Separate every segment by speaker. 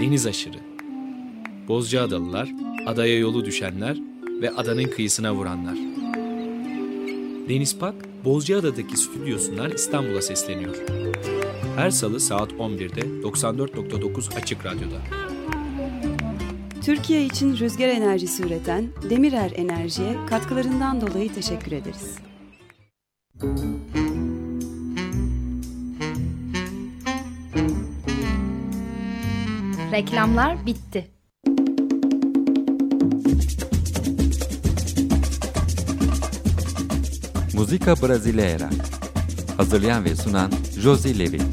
Speaker 1: Deniz aşırı. Bozcaadalılar, adaya yolu düşenler ve adanın kıyısına vuranlar. Deniz Pak, Bozcaada'daki stüdyosundan İstanbul'a sesleniyor. Her salı saat 11'de 94.9 Açık Radyo'da.
Speaker 2: Türkiye için rüzgar enerjisi üreten Demirer Enerji'ye katkılarından dolayı teşekkür ederiz.
Speaker 3: Reklamlar bitti.
Speaker 4: Música Brasileira. Hazırlayan ve sunan Josie Levy.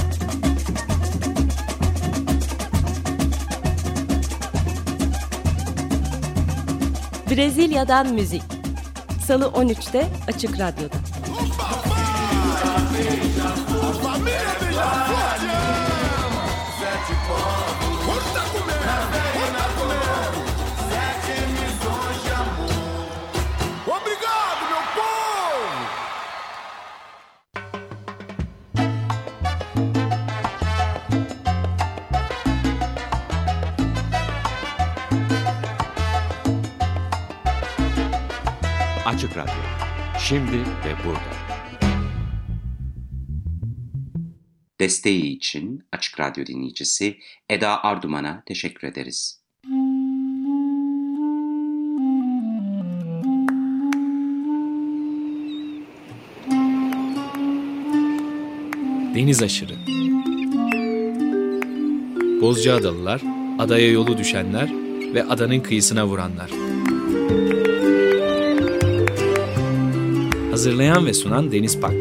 Speaker 5: Brezilya'dan müzik. Salı 13'te Açık Radyo'da.
Speaker 6: Açık Radyo. Şimdi ve burada.
Speaker 7: Desteği için Açık Radyo dinleyicisi Eda Arduman'a teşekkür ederiz.
Speaker 1: Deniz aşırı. Bozcaadalılar, adaya yolu düşenler ve adanın kıyısına vuranlar. Hazırlayan ve sunan Deniz Pak.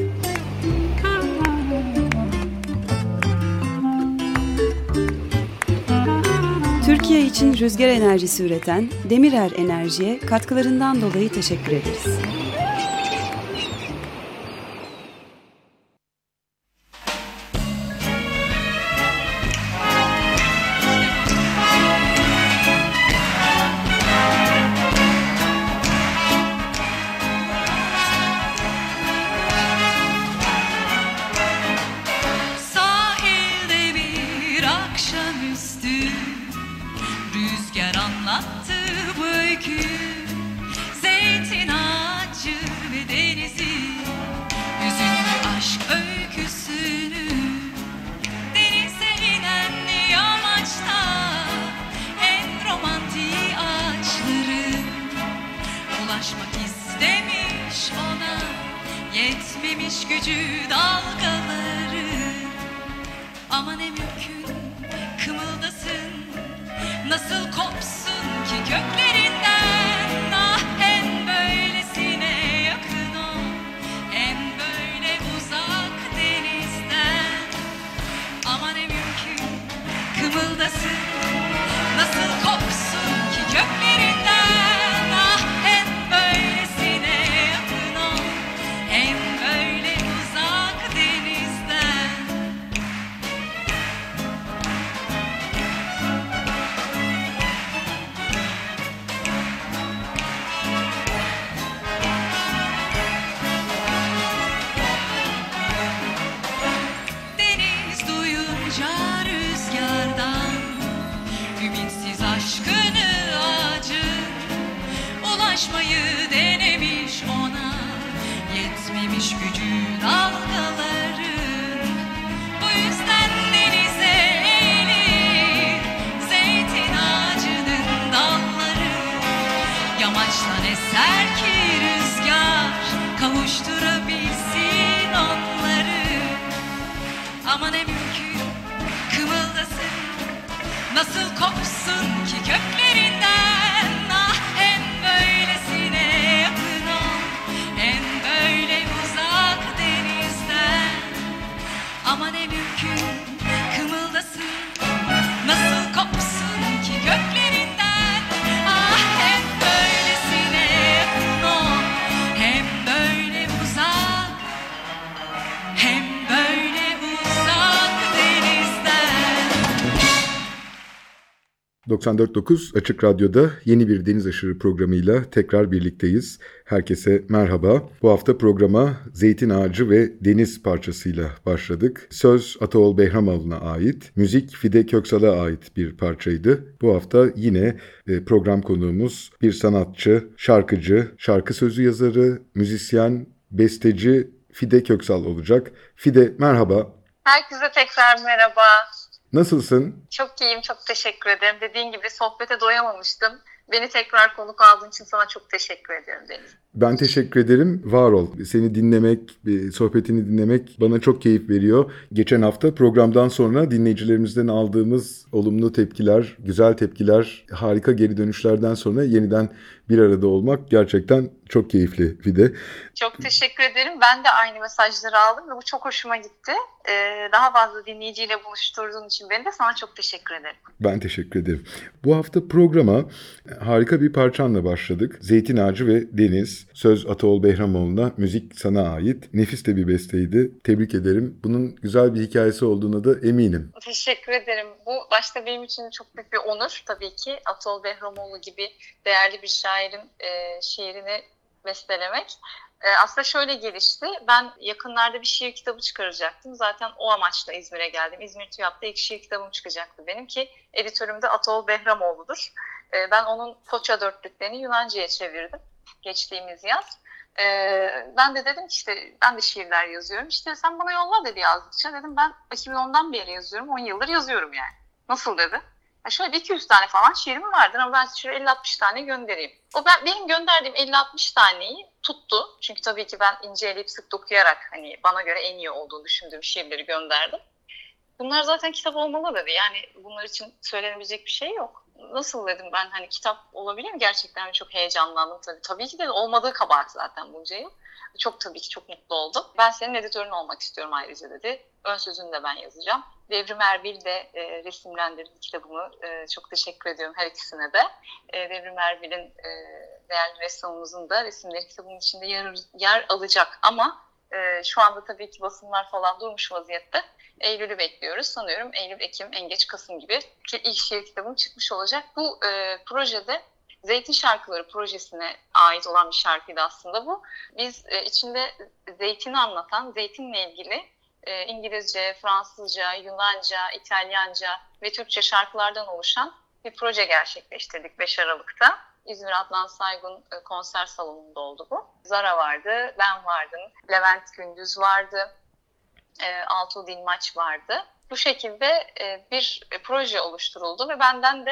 Speaker 2: Türkiye için rüzgar enerjisi üreten Demirer Enerji'ye katkılarından dolayı teşekkür ederiz.
Speaker 8: Yetmemiş gücü dalgaları. Ama ne mümkün kımıldasın, nasıl kopsun ki köklerinden. Ah, en böylesine yakın ol, en böyle uzak denizden. Ama ne mümkün kımıldasın, nasıl kopsun ki köklerinden. Ah, en böylesine yakın ol, en böyle uzak denizden. Deniz duyunca rüzgardan ümitsiz aşkını acır, ulaşmayı denemiş ona, yetmemiş gücü dalgaların. Bu yüzden denize eğilir zeytin ağacının dalları. Yamaçtan eser ki rüzgar kavuşturabilsin onları. Ama ne mümkün kımıldasın, nasıl kopsun ki köklerinden. Ah, en böylesine yakın ol, en böyle uzak deniz.
Speaker 3: 94.9 Açık Radyo'da yeni bir Deniz Aşırı programıyla tekrar birlikteyiz. Herkese merhaba. Bu hafta programa Zeytin Ağacı ve Deniz parçasıyla başladık. Söz Ataol Behramoğlu'na ait, müzik Fide Köksal'a ait bir parçaydı. Bu hafta yine program konuğumuz bir sanatçı, şarkıcı, şarkı sözü yazarı, müzisyen, besteci Fide Köksal olacak. Fide merhaba.
Speaker 9: Herkese tekrar merhaba.
Speaker 3: Nasılsın?
Speaker 9: Çok iyiyim, çok teşekkür ederim. Dediğin gibi sohbete doyamamıştım. Beni tekrar konuk aldığın için sana çok teşekkür ediyorum Deniz.
Speaker 3: Ben teşekkür ederim. Var ol. Seni dinlemek, sohbetini dinlemek bana çok keyif veriyor. Geçen hafta programdan sonra dinleyicilerimizden aldığımız olumlu tepkiler, güzel tepkiler, harika geri dönüşlerden sonra yeniden bir arada olmak gerçekten çok keyifli Fide.
Speaker 9: Çok teşekkür ederim. Ben de aynı mesajları aldım ve bu çok hoşuma gitti. Daha fazla dinleyiciyle buluşturduğun için beni de sana çok teşekkür ederim.
Speaker 3: Ben teşekkür ederim. Bu hafta programa harika bir parçanla başladık. Zeytin Ağacı ve Deniz. Söz Ataol Behramoğlu'na, müzik sana ait. Nefis de bir besteydi. Tebrik ederim. Bunun güzel bir hikayesi olduğuna da eminim.
Speaker 9: Teşekkür ederim. Bu başta benim için çok büyük bir onur tabii ki. Ataol Behramoğlu gibi değerli bir şairin şiirini bestelemek. Aslında şöyle gelişti. Ben yakınlarda bir şiir kitabı çıkaracaktım. Zaten o amaçla İzmir'e geldim. İzmir TÜYAP'ta ilk şiir kitabım çıkacaktı benim ki editörüm de Ataol Behramoğlu'dur. Ben onun Foça dörtlüklerini Yunanca'ya çevirdim geçtiğimiz yaz. Ben de dedim ki işte ben de şiirler yazıyorum. İşte sen bana yolla dedi yazdıkça. Dedim ben 2010'dan beri yazıyorum. 10 yıldır yazıyorum yani. Nasıl dedi? Şöyle 200 tane falan şiirim vardır ama ben şöyle 50-60 tane göndereyim. Benim gönderdiğim 50-60 taneyi tuttu. Çünkü tabii ki ben inceleyip sık dokuyarak hani bana göre en iyi olduğunu düşündüğüm şiirleri gönderdim. Bunlar zaten kitap olmalı dedi. Yani bunlar için söylenebilecek bir şey yok. Nasıl dedim ben hani kitap olabilir mi? Gerçekten çok heyecanlandım tabii. Tabii ki de olmadığı kabahat zaten bunca yıl. Tabii ki çok mutlu oldum. Ben senin editörün olmak istiyorum ayrıca dedi. Ön sözünü de ben yazacağım. Devrim Erbil de resimlendirdi kitabımı. Çok teşekkür ediyorum her ikisine de. Devrim Erbil'in değerli ressamımızın da resimleri kitabının içinde yer alacak. Ama şu anda tabii ki basımlar falan durmuş vaziyette. Eylül'ü bekliyoruz. Sanıyorum Eylül, Ekim, en geç Kasım gibi ilk şiir kitabım çıkmış olacak. Bu projede Zeytin Şarkıları projesine ait olan bir şarkıydı aslında bu. Biz içinde zeytini anlatan, zeytinle ilgili İngilizce, Fransızca, Yunanca, İtalyanca ve Türkçe şarkılardan oluşan bir proje gerçekleştirdik 5 Aralık'ta. İzmir Adnan Saygun konser salonunda oldu bu. Zara vardı, ben vardım, Levent Gündüz vardı, Altuğ Dilmaç vardı. Bu şekilde bir proje oluşturuldu ve benden de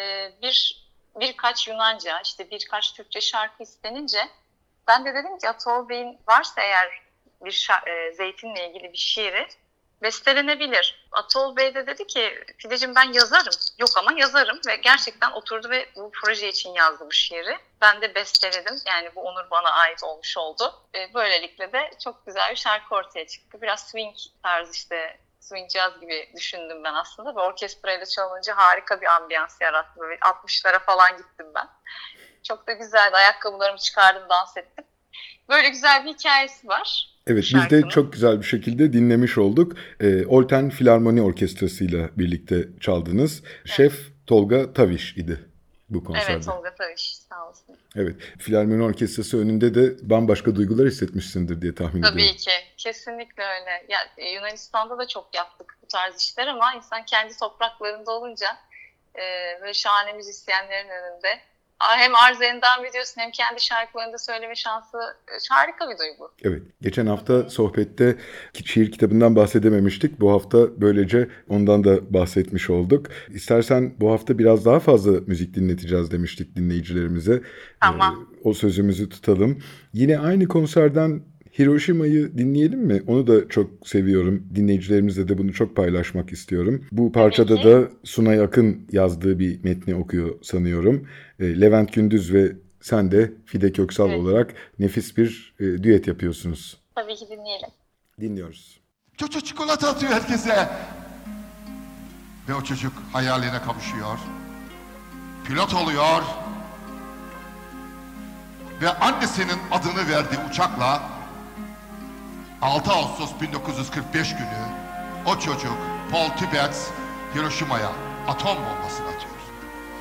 Speaker 9: birkaç Yunanca, işte birkaç Türkçe şarkı istenince ben de dedim ki Ataol Bey'in varsa eğer bir zeytinle ilgili bir şiiri bestelenebilir. Ataol Bey de dedi ki Fideciğim ben yazarım. Yok ama yazarım ve gerçekten oturdu ve bu proje için yazdı bu şiiri. Ben de besteledim. Yani bu onur bana ait olmuş oldu. Böylelikle de çok güzel bir şarkı ortaya çıktı. Biraz swing tarzı işte swing jazz gibi düşündüm ben aslında ve orkestrayla çalınca harika bir ambiyans yarattı. Böyle 60'lara falan gittim ben. Çok da güzeldi. Ayakkabılarımı çıkardım, dans ettim. Böyle güzel bir hikayesi var.
Speaker 3: Evet, biz de çok güzel bir şekilde dinlemiş olduk. Olten Filarmoni Orkestrası ile birlikte çaldınız. Evet. Şef Tolga Taviş idi bu konserde.
Speaker 9: Evet, Tolga Taviş sağ olsun.
Speaker 3: Evet, Filarmoni Orkestrası önünde de bambaşka duygular hissetmişsindir diye tahmin ediyorum.
Speaker 9: Tabii ki, kesinlikle öyle. Ya, Yunanistan'da da çok yaptık bu tarz işler ama insan kendi topraklarında olunca böyle şahane müzisyenlerin önünde hem arz endam ediyorsun hem kendi şarkılarını da söyleme şansı harika bir duygu.
Speaker 3: Evet. Geçen hafta sohbette şiir kitabından bahsedememiştik. Bu hafta böylece ondan da bahsetmiş olduk. İstersen bu hafta biraz daha fazla müzik dinleteceğiz demiştik dinleyicilerimize.
Speaker 9: Tamam.
Speaker 3: O sözümüzü tutalım. Yine aynı konserden Hiroşima'yı dinleyelim mi? Onu da çok seviyorum. Dinleyicilerimizle de bunu çok paylaşmak istiyorum. Bu parçada da Sunay Akın yazdığı bir metni okuyor sanıyorum. Levent Gündüz ve sen de Fide Köksal olarak nefis bir düet yapıyorsunuz.
Speaker 9: Tabii ki dinleyelim.
Speaker 3: Dinliyoruz.
Speaker 10: Çocuk çikolata atıyor herkese. Ve o çocuk hayaline kavuşuyor. Pilot oluyor. Ve annesinin adını verdiği uçakla 6 Ağustos 1945 günü o çocuk Paul Tibbets Hiroşima'ya atom bombasını atıyor.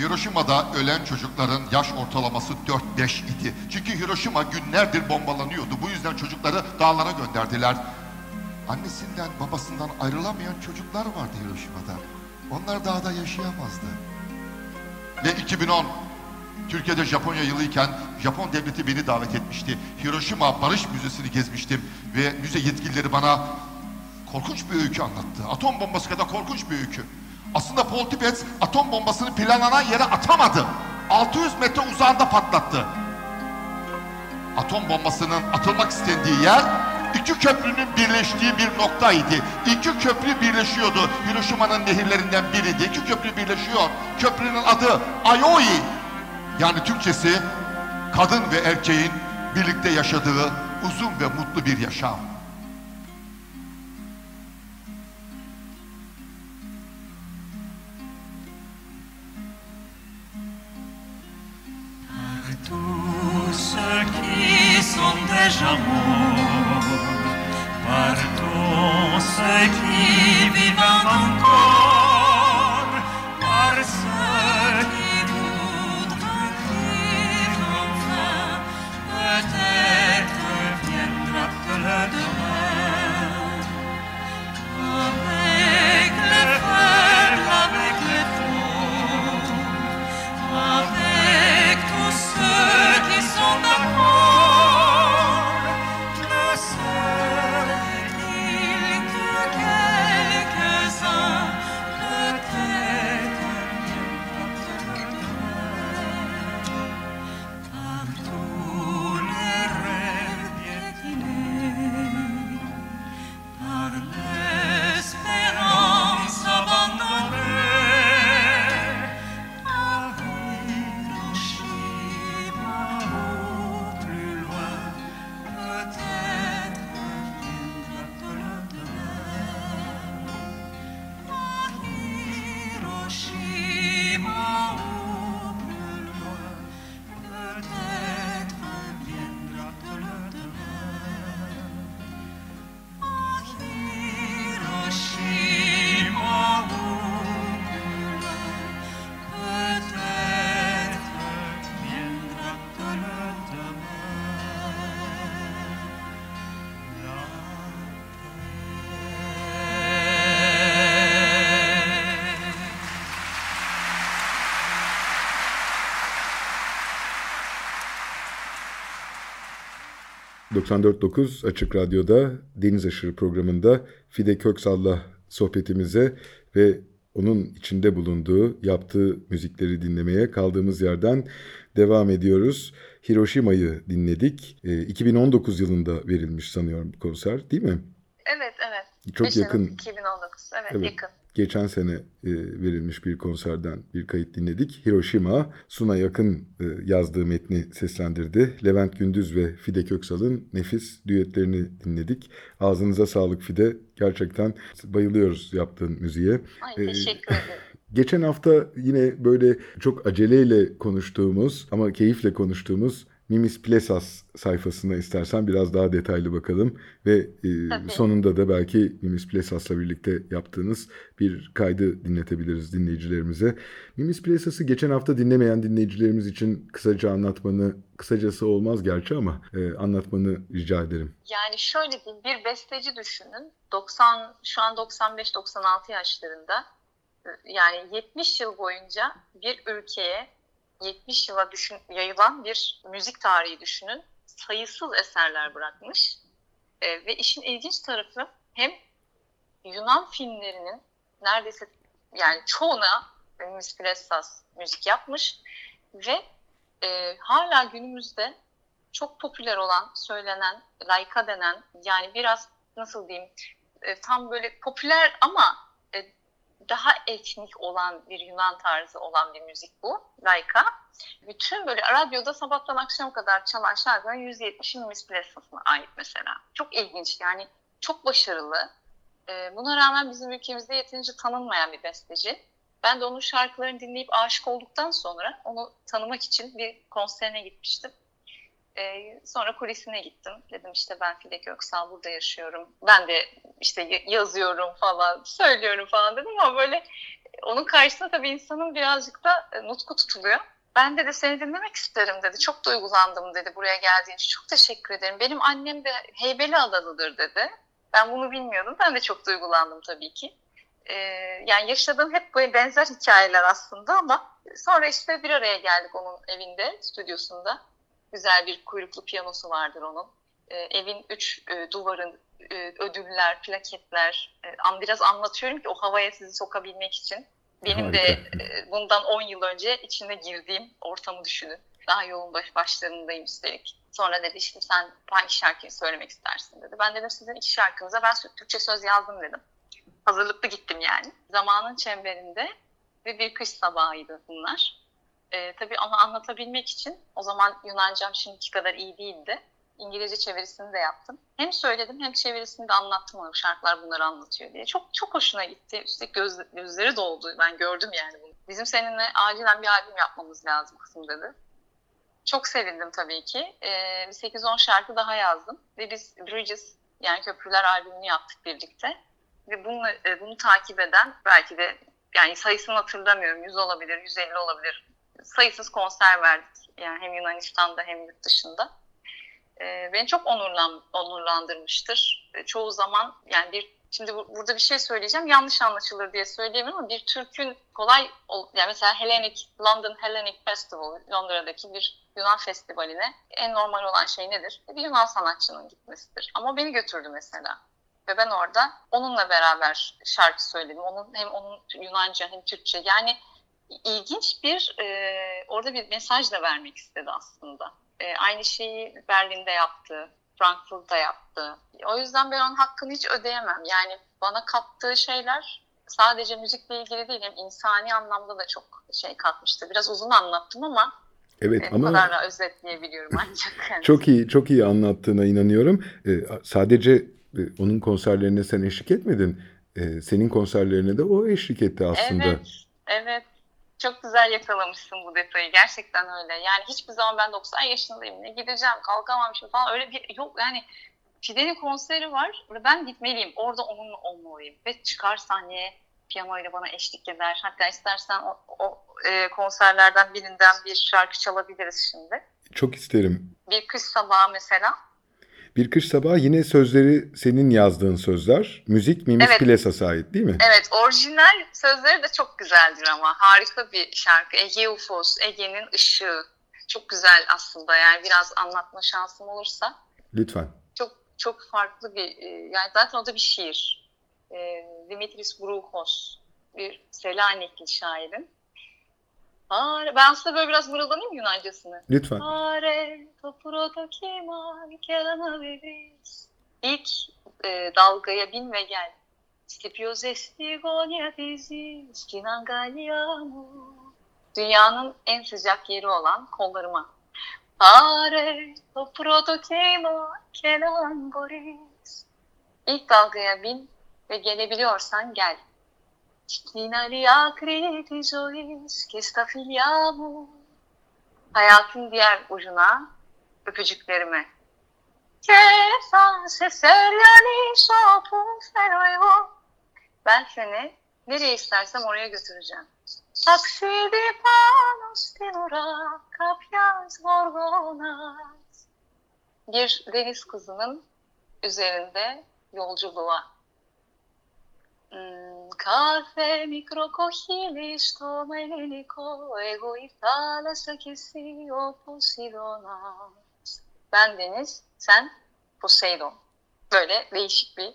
Speaker 10: Hiroşima'da ölen çocukların yaş ortalaması 4-5 idi. Çünkü Hiroşima günlerdir bombalanıyordu. Bu yüzden çocukları dağlara gönderdiler. Annesinden, babasından ayrılamayan çocuklar vardı Hiroşima'da. Onlar dağda yaşayamazdı. Ve 2010 Türkiye'de Japonya yılıyken Japon devleti beni davet etmişti. Hiroşima Barış Müzesi'ni gezmiştim ve müze yetkilileri bana korkunç bir öykü anlattı. Atom bombası kadar korkunç bir öykü. Aslında Paul Tibbets atom bombasını planlanan yere atamadı. 600 metre uzağında patlattı. Atom bombasının atılmak istendiği yer iki köprünün birleştiği bir noktaydı. İki köprü birleşiyordu. Hiroşima'nın nehirlerinden biriydi. İki köprü birleşiyor. Köprünün adı Aioi. Yani Türkçesi kadın ve erkeğin birlikte yaşadığı uzun ve mutlu bir yaşam.
Speaker 8: Tous ceux qui sont déjà morts, par tous ceux qui vivent encore, par ceux qui voudraient vivre enfin, peut-être viendra le demain. Avec les faibles, avec les forts, avec tous ceux qui sont d'accord, ne serait-il que quelques-uns, peut-être viendra demain. Par tous les rêves piétinés, par l'espérance abandonnée, par Hiroshima ou plus loin, peut-être viendra le demain. Par Hiroshima ou plus loin, peut-être viendra le demain. Par Hiroshima ou plus loin, peut-être viendra le demain. La paix.
Speaker 3: 94.9 Açık Radyo'da Deniz Aşırı programında Fide Köksal'la sohbetimize ve onun içinde bulunduğu, yaptığı müzikleri dinlemeye kaldığımız yerden devam ediyoruz. Hiroşima'yı dinledik. 2019 yılında verilmiş sanıyorum konser, değil mi?
Speaker 9: Evet.
Speaker 3: Çok
Speaker 9: 5
Speaker 3: yakın.
Speaker 9: Aralık 2019. Evet, yakın.
Speaker 3: Geçen sene verilmiş bir konserden bir kayıt dinledik. Hiroşima, Suna Yakın yazdığı metni seslendirdi. Levent Gündüz ve Fide Köksal'ın nefis düetlerini dinledik. Ağzınıza sağlık Fide. Gerçekten bayılıyoruz yaptığın müziğe.
Speaker 9: Ay, teşekkür ederim.
Speaker 3: Geçen hafta yine böyle çok aceleyle konuştuğumuz ama keyifle konuştuğumuz Mimis Plesas sayfasına istersen biraz daha detaylı bakalım ve sonunda da belki Mimis Plesas'la birlikte yaptığınız bir kaydı dinletebiliriz dinleyicilerimize. Mimis Plesas'ı geçen hafta dinlemeyen dinleyicilerimiz için kısaca anlatmanı, kısacası olmaz gerçi ama anlatmanı rica ederim.
Speaker 9: Yani şöyle diyeyim, bir besteci düşünün. Şu an 95-96 yaşlarında. Yani 70 yıl boyunca bir ülkeye 70 yıla yayılan bir müzik tarihi düşünün. Sayısız eserler bırakmış. Ve işin ilginç tarafı hem Yunan filmlerinin neredeyse yani çoğuna Mimis Plesas müzik yapmış ve hala günümüzde çok popüler olan, söylenen, laika denen, yani biraz nasıl diyeyim, tam böyle popüler ama daha etnik olan bir Yunan tarzı olan bir müzik bu, laika. Bütün böyle radyoda sabahtan akşama kadar çalan şarkıların %70'i Mimis Plesas'ına ait mesela. Çok ilginç, yani çok başarılı. Buna rağmen bizim ülkemizde yeterince tanınmayan bir besteci. Ben de onun şarkılarını dinleyip aşık olduktan sonra onu tanımak için bir konserine gitmiştim. Sonra kulisine gittim. Dedim işte ben Fide Köksal, burada yaşıyorum. Ben de işte yazıyorum falan, söylüyorum falan dedim ama böyle Onun karşısında tabii insanın birazcık da nutku tutuluyor. Ben de seni dinlemek isterim dedi. Çok duygulandım dedi buraya geldiğin için. Çok teşekkür ederim. Benim annem de Heybeliadalıdır dedi. Ben bunu bilmiyordum. Ben de çok duygulandım tabii ki. Yani yaşadığım hep böyle benzer hikayeler aslında ama sonra işte bir araya geldik onun evinde, stüdyosunda. Güzel bir kuyruklu piyanosu vardır onun. Evin 3 duvarın ödüller, plaketler. Biraz anlatıyorum ki o havaya sizi sokabilmek için. Benim
Speaker 3: Harika.
Speaker 9: de bundan 10 yıl önce içine girdiğim ortamı düşünün. Daha yoğun başlarındayım üstelik. Sonra dedi işte sen hangi şarkıyı söylemek istersin dedi. Ben dedim sizin 2 şarkınıza ben Türkçe söz yazdım dedim. Hazırlıklı gittim yani. Zamanın çemberinde ve bir kış sabahıydı bunlar. Tabii onu anlatabilmek için o zaman Yunancam şimdiki kadar iyi değildi. İngilizce çevirisini de yaptım. Hem söyledim hem çevirisini de anlattım. O şarkılar bunları anlatıyor diye. Çok çok hoşuna gitti. Üstelik gözleri doldu. Ben gördüm yani bunu. Bizim seninle acilen bir albüm yapmamız lazım kızım dedi. Çok sevindim tabii ki. Bir 8-10 şarkı daha yazdım. Ve biz Bridges yani Köprüler albümünü yaptık birlikte. Ve bunu takip eden belki de yani sayısını hatırlamıyorum. 100 olabilir, 150 olabilir. Sayısız konser verdik. Yani hem Yunanistan'da hem yurt dışında. Beni çok onurlandırmıştır. Çoğu zaman yani şimdi burada bir şey söyleyeceğim. Yanlış anlaşılır diye söyleyemem ama bir Türk'ün yani mesela London Hellenic Festival, Londra'daki bir Yunan festivaline en normal olan şey nedir? Bir Yunan sanatçının gitmesidir. Ama beni götürdü mesela. Ve ben orada onunla beraber şarkı söyledim. Hem onun Yunanca hem Türkçe. Yani ilginç orada bir mesaj da vermek istedi aslında. Aynı şeyi Berlin'de yaptı, Frankfurt'ta yaptı. O yüzden ben onun hakkını hiç ödeyemem. Yani bana kattığı şeyler sadece müzikle ilgili değil, hem insani anlamda da çok şey katmıştı. Biraz uzun anlattım ama
Speaker 3: evet,
Speaker 9: bu kadarla özetleyebiliyorum ancak. Yani.
Speaker 3: Çok iyi anlattığına inanıyorum. Sadece onun konserlerine sen eşlik etmedin. Senin konserlerine de o eşlik etti aslında.
Speaker 9: Evet. Çok güzel yakalamışsın bu detayı. Gerçekten öyle. Yani hiçbir zaman ben 90 yaşındayım. Ne gideceğim, kalkamamışım falan. Öyle bir yok yani. Fidel'in konseri var ve ben gitmeliyim. Orada onunla olmalıyım. Ve çıkar sahneye piyanoyla bana eşlik eder. Hatta istersen o konserlerden birinden bir şarkı çalabiliriz şimdi.
Speaker 3: Çok isterim.
Speaker 9: Bir kış sabahı mesela.
Speaker 3: Bir kış sabahı yine sözleri senin yazdığın sözler. Müzik Mimis Plesas'a ait değil mi?
Speaker 9: Evet, orijinal sözleri de çok güzeldir ama. Harika bir şarkı. Egeufos, Ege'nin ışığı. Çok güzel aslında yani biraz anlatma şansım olursa.
Speaker 3: Lütfen.
Speaker 9: Çok farklı yani zaten o da bir şiir. Dimitris Vroukos, bir Selanikli şairin. Ben aslında böyle biraz mırıldanayım Yunancasını.
Speaker 3: Lütfen.
Speaker 9: İlk dalgaya bin ve gel. Dünyanın en sıcak yeri olan kollarıma. İlk dalgaya bin ve gelebiliyorsan gel. Hayatın diğer ucuna öpücüklerime. Ben seni nereye istersem oraya götüreceğim. Bir deniz kızının üzerinde yolculuğa. Κάθε μικρό κοχύλι στο ελληνικό, εγώ η θάλασσα και εσύ ο Ποσειδώνας. Ben deniz, sen Poseidon. Böyle değişik bir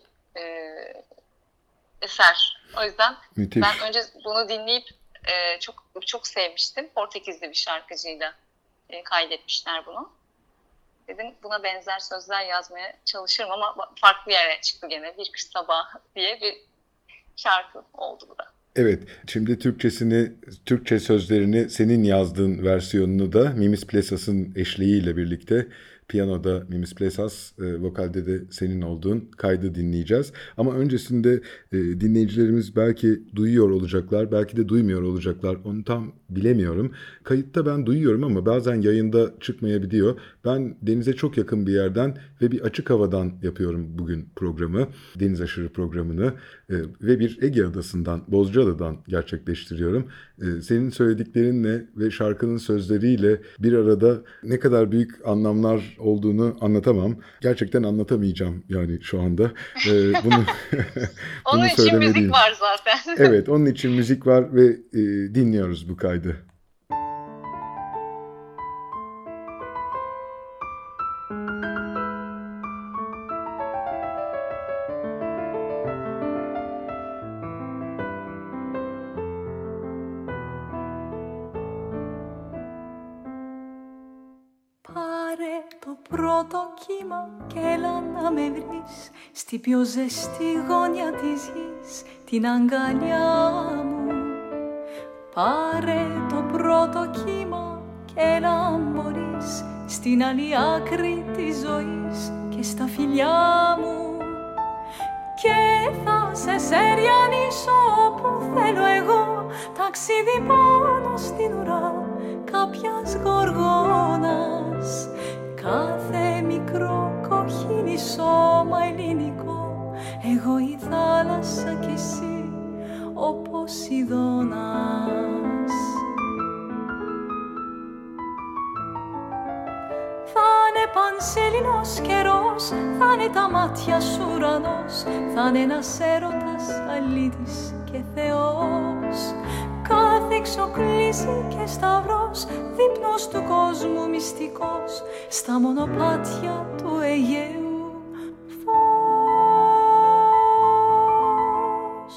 Speaker 9: eser. O yüzden
Speaker 3: müthiş.
Speaker 9: Ben önce bunu dinleyip çok sevmiştim. Portekizli bir şarkıcıyla kaydetmişler bunu. Dedim buna benzer sözler yazmaya çalışırım ama farklı yere çıktı gene. Bir kış sabahı diye bir şarkı oldu bu da.
Speaker 3: Evet, şimdi Türkçe sözlerini senin yazdığın versiyonunu da Mimis Plesas'ın eşliğiyle birlikte Piyanoda Mimis Plesas, vokalde de senin olduğun kaydı dinleyeceğiz. Ama öncesinde dinleyicilerimiz belki duyuyor olacaklar, belki de duymuyor olacaklar. Onu tam bilemiyorum. Kayıtta ben duyuyorum ama bazen yayında çıkmayabiliyor. Ben denize çok yakın bir yerden ve bir açık havadan yapıyorum bugün programı. Deniz Aşırı programını ve bir Ege Adası'ndan, Bozcaada'dan gerçekleştiriyorum. Senin söylediklerinle ve şarkının sözleriyle bir arada ne kadar büyük anlamlar olduğunu anlatamam. Gerçekten anlatamayacağım yani şu anda. Bunu
Speaker 9: onun için müzik var zaten.
Speaker 3: Evet, onun için müzik var ve dinliyoruz bu kaydı.
Speaker 11: Πρώτο κύμα και έλα να με βρεις στη πιο ζεστή γωνιά της γης, την αγκαλιά μου. Πάρε το πρώτο κύμα και έλα αν μπορείς στην άλλη άκρη της ζωής και στα φιλιά μου. Και θα σε σεριανίσω όπου θέλω εγώ, ταξίδι πάνω στην ουρά κάποιας γοργόνας. Κάθε μικρό κοχύλι σώμα ελληνικό, εγώ η θάλασσα κι εσύ ο Ποσειδώνας. Θα είναι πανσέλινος καιρός, θα είναι τα μάτια σου ουρανός, θα είναι ένας έρωτας αλήτης και Θεός. Κάθε εξοκλήση και σταυρός, δείπνος του κόσμου μυστικός, στα μονοπάτια του Αιγαίου φως.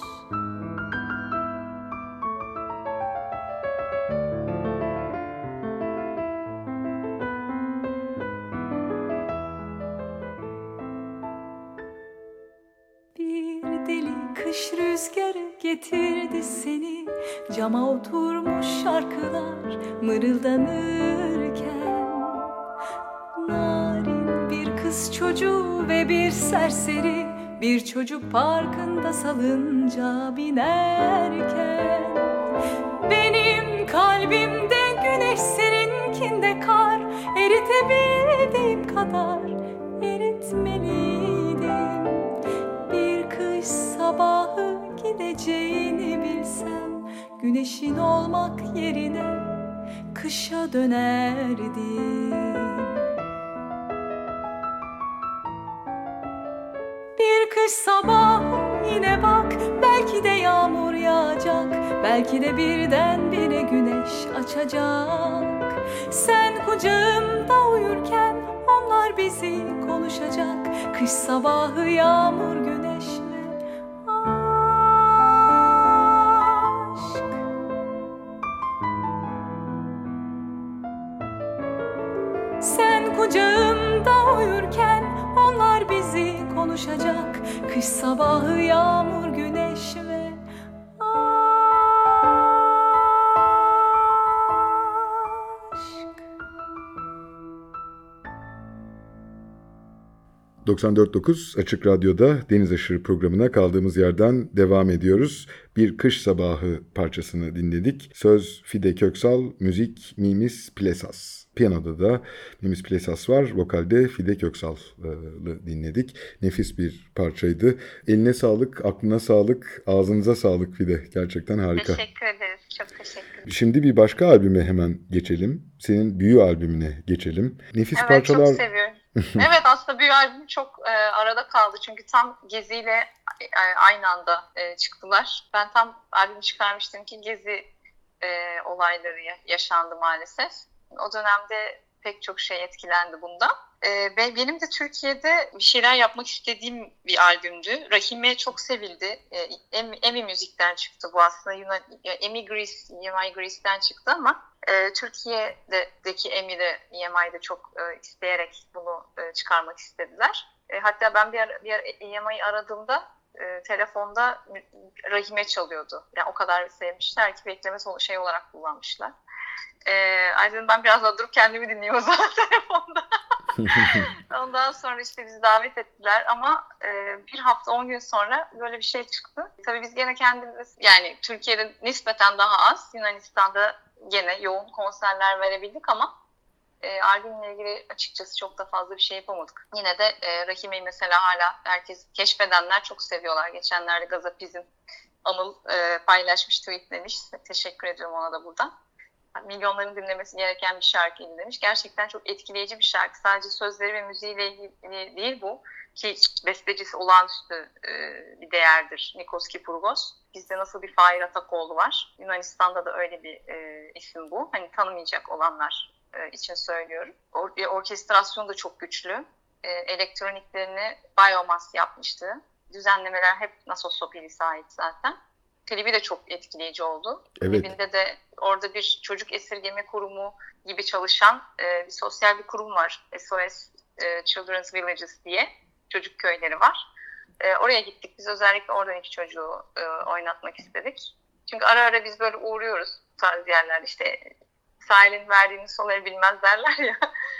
Speaker 11: Bir deli kış rüzgarı getirdi seni, cama oturmuş şarkılar mırıldanırken. Narin bir kız çocuğu ve bir serseri, bir çocuk parkında salınca binerken. Benim kalbimde güneş, seninkinde kar, eritebildiğim kadar eritmeliydim. Bir kış sabahı gideceğini bilsem, güneşin olmak yerine kışa dönerdim. Bir kış sabahı yine bak, belki de yağmur yağacak, belki de birdenbire güneş açacak. Sen kucağımda uyurken onlar bizi konuşacak, kış sabahı yağmur güneşle aşk. Sen kucağımda uyurken onlar bizi konuşacak, kış sabahı yağmur güneş ve
Speaker 3: 94.9 Açık Radyo'da Deniz Aşırı programına kaldığımız yerden devam ediyoruz. Bir Kış Sabahı parçasını dinledik. Söz Fide Köksal, müzik Mimis Plesas. Piyanoda da Mimis Plesas var, vokalde Fide Köksal'ı dinledik. Nefis bir parçaydı. Eline sağlık, aklına sağlık, ağzınıza sağlık Fide. Gerçekten harika.
Speaker 9: Teşekkür ederiz, çok teşekkür ederim.
Speaker 3: Şimdi bir başka albüme hemen geçelim. Senin Büyü albümüne geçelim. Nefis parçalar.
Speaker 9: Evet, çok seviyorum. Evet, aslında Büyü albüm çok arada kaldı. Çünkü tam Gezi ile aynı anda çıktılar. Ben tam albüm çıkarmıştım ki Gezi olayları yaşandı maalesef. O dönemde pek çok şey etkilendi bundan. Benim de Türkiye'de bir şeyler yapmak istediğim bir albümdü. Rahime çok sevildi. EMI Müzik'ten çıktı bu aslında. EMI Greece'den çıktı ama Türkiye'deki EMI de EMI'de çok isteyerek bunu çıkarmak istediler. Hatta ben bir EMI'yi aradığımda telefonda Rahime çalıyordu. Yani o kadar sevmişler ki bekleme şey olarak kullanmışlar. Aydın ben biraz daha durup kendimi dinliyorum o zaman telefonda. Ondan sonra işte bizi davet ettiler ama bir hafta 10 gün sonra böyle bir şey çıktı. Tabii biz gene kendimiz, yani Türkiye'de nispeten daha az, Yunanistan'da gene yoğun konserler verebildik ama albümle ilgili açıkçası çok da fazla bir şey yapamadık. Yine de Rahime'yi mesela hala herkes, keşfedenler çok seviyorlar. Geçenlerde Gazapizm Anıl paylaşmış, tweetlemiş. Teşekkür ediyorum ona da buradan. Milyonların dinlemesi gereken bir şarkıydı demiş. Gerçekten çok etkileyici bir şarkı. Sadece sözleri ve müziğiyle ilgili değil bu. Ki bestecisi olağanüstü bir değerdir Nikos Kipurgos. Bizde nasıl bir Fahir Atakoğlu var. Yunanistan'da da öyle bir isim bu. Hani tanımayacak olanlar için söylüyorum. Orkestrasyon da çok güçlü. Elektroniklerini Biomass yapmıştı. Düzenlemeler hep Nasos Sopilis'e ait zaten. Klibi de çok etkileyici oldu. Evet. Klibinde de orada bir çocuk esirgeme kurumu gibi çalışan bir sosyal bir kurum var. SOS Children's Villages diye çocuk köyleri var. Oraya gittik. Biz özellikle oradan iki çocuğu oynatmak istedik. Çünkü ara ara biz böyle uğruyoruz bu tarz yerlerde. İşte sahilin verdiğini soları bilmez derler ya.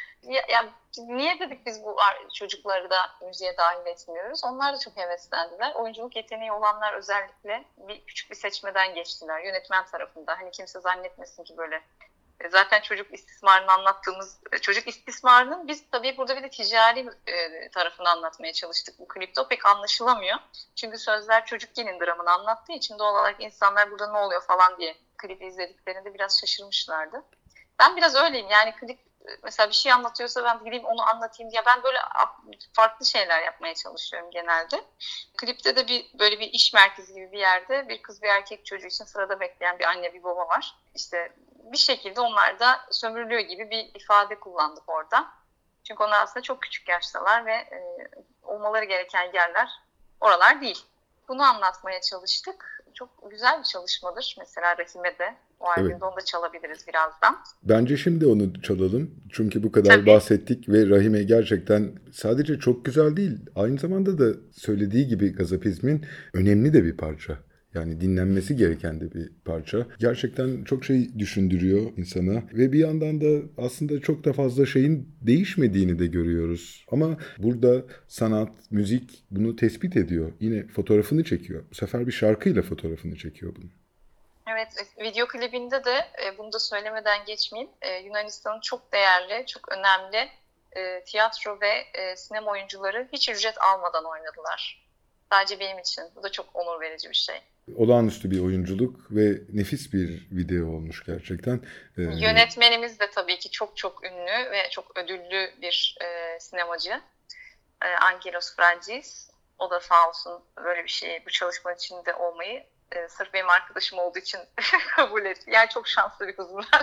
Speaker 9: Ya niye dedik biz bu çocukları da müziğe dahil etmiyoruz? Onlar da çok heveslendiler. Oyunculuk yeteneği olanlar özellikle küçük bir seçmeden geçtiler. Yönetmen tarafında. Hani kimse zannetmesin ki böyle. Zaten çocuk istismarını anlattığımız, çocuk istismarının biz tabii burada bir de ticari tarafını anlatmaya çalıştık bu klipte. O pek anlaşılamıyor. Çünkü sözler çocuk gelin dramını anlattığı için doğal olarak insanlar burada ne oluyor falan diye klibi izlediklerinde biraz şaşırmışlardı. Ben biraz öyleyim. Yani klip mesela bir şey anlatıyorsa ben gideyim onu anlatayım diye, ben böyle farklı şeyler yapmaya çalışıyorum genelde. Klipte de böyle bir iş merkezi gibi bir yerde bir kız bir erkek çocuğu için sırada bekleyen bir anne bir baba var. İşte bir şekilde onlar da sömürülüyor gibi bir ifade kullandık orada. Çünkü onlar aslında çok küçük yaştalar ve olmaları gereken yerler oralar değil. Bunu anlatmaya çalıştık. Çok güzel bir çalışmadır. Mesela Rahime'de. O albümde evet. Onu da çalabiliriz birazdan.
Speaker 3: Bence şimdi onu çalalım. Çünkü bu kadar bahsettik ve Rahime gerçekten sadece çok güzel değil. Aynı zamanda da söylediği gibi Gazapizm'in önemli de bir parça. Yani dinlenmesi gereken de bir parça. Gerçekten çok şey düşündürüyor insana. Ve bir yandan da aslında çok da fazla şeyin değişmediğini de görüyoruz. Ama burada sanat, müzik bunu tespit ediyor. Yine fotoğrafını çekiyor. Bu sefer bir şarkıyla fotoğrafını çekiyor bunu.
Speaker 9: Evet, video klibinde de bunu da söylemeden geçmeyeyim. Yunanistan'ın çok değerli, çok önemli tiyatro ve sinema oyuncuları hiç ücret almadan oynadılar. Sadece benim için. Bu da çok onur verici bir şey.
Speaker 3: Olağanüstü bir oyunculuk ve nefis bir video olmuş gerçekten.
Speaker 9: Yönetmenimiz de tabii ki çok çok ünlü ve çok ödüllü bir sinemacı. Angelos Frangis. O da sağ olsun böyle bir şey, bu çalışmanın içinde olmayı sırf benim arkadaşım olduğu için kabul etti. Yani çok şanslı bir kızım ben.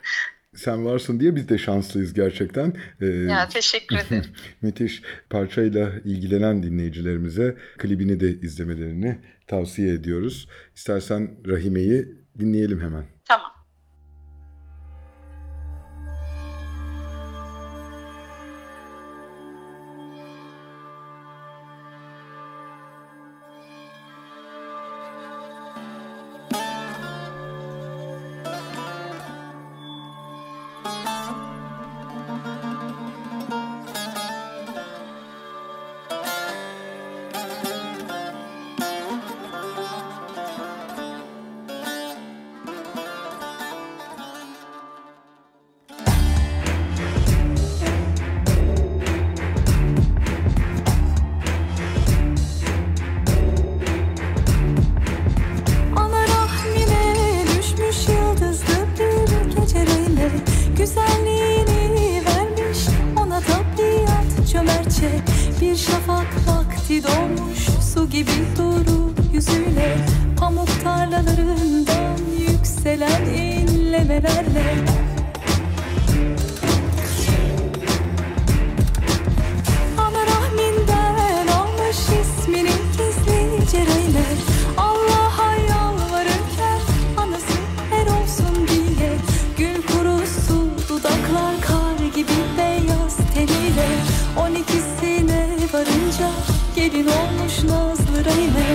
Speaker 3: Sen varsın diye biz de şanslıyız gerçekten.
Speaker 9: Ya teşekkür ederim.
Speaker 3: Müthiş. Parçayla ilgilenen dinleyicilerimize klibini de izlemelerini tavsiye ediyoruz. İstersen Rahime'yi dinleyelim hemen.
Speaker 9: Tamam.
Speaker 11: Bir şafak vakti doğmuş su gibi duru yüzüyle, pamuk tarlalarından yükselen inlemelerle. Ana rahminden almış ismini gizlice Reyler. Allah'a yalvarırken anası her olsun diye, gül kurusu dudaklar kar gibi beyaz teniyle. 12'sine varınca gelin olmuş nazlı Reyme.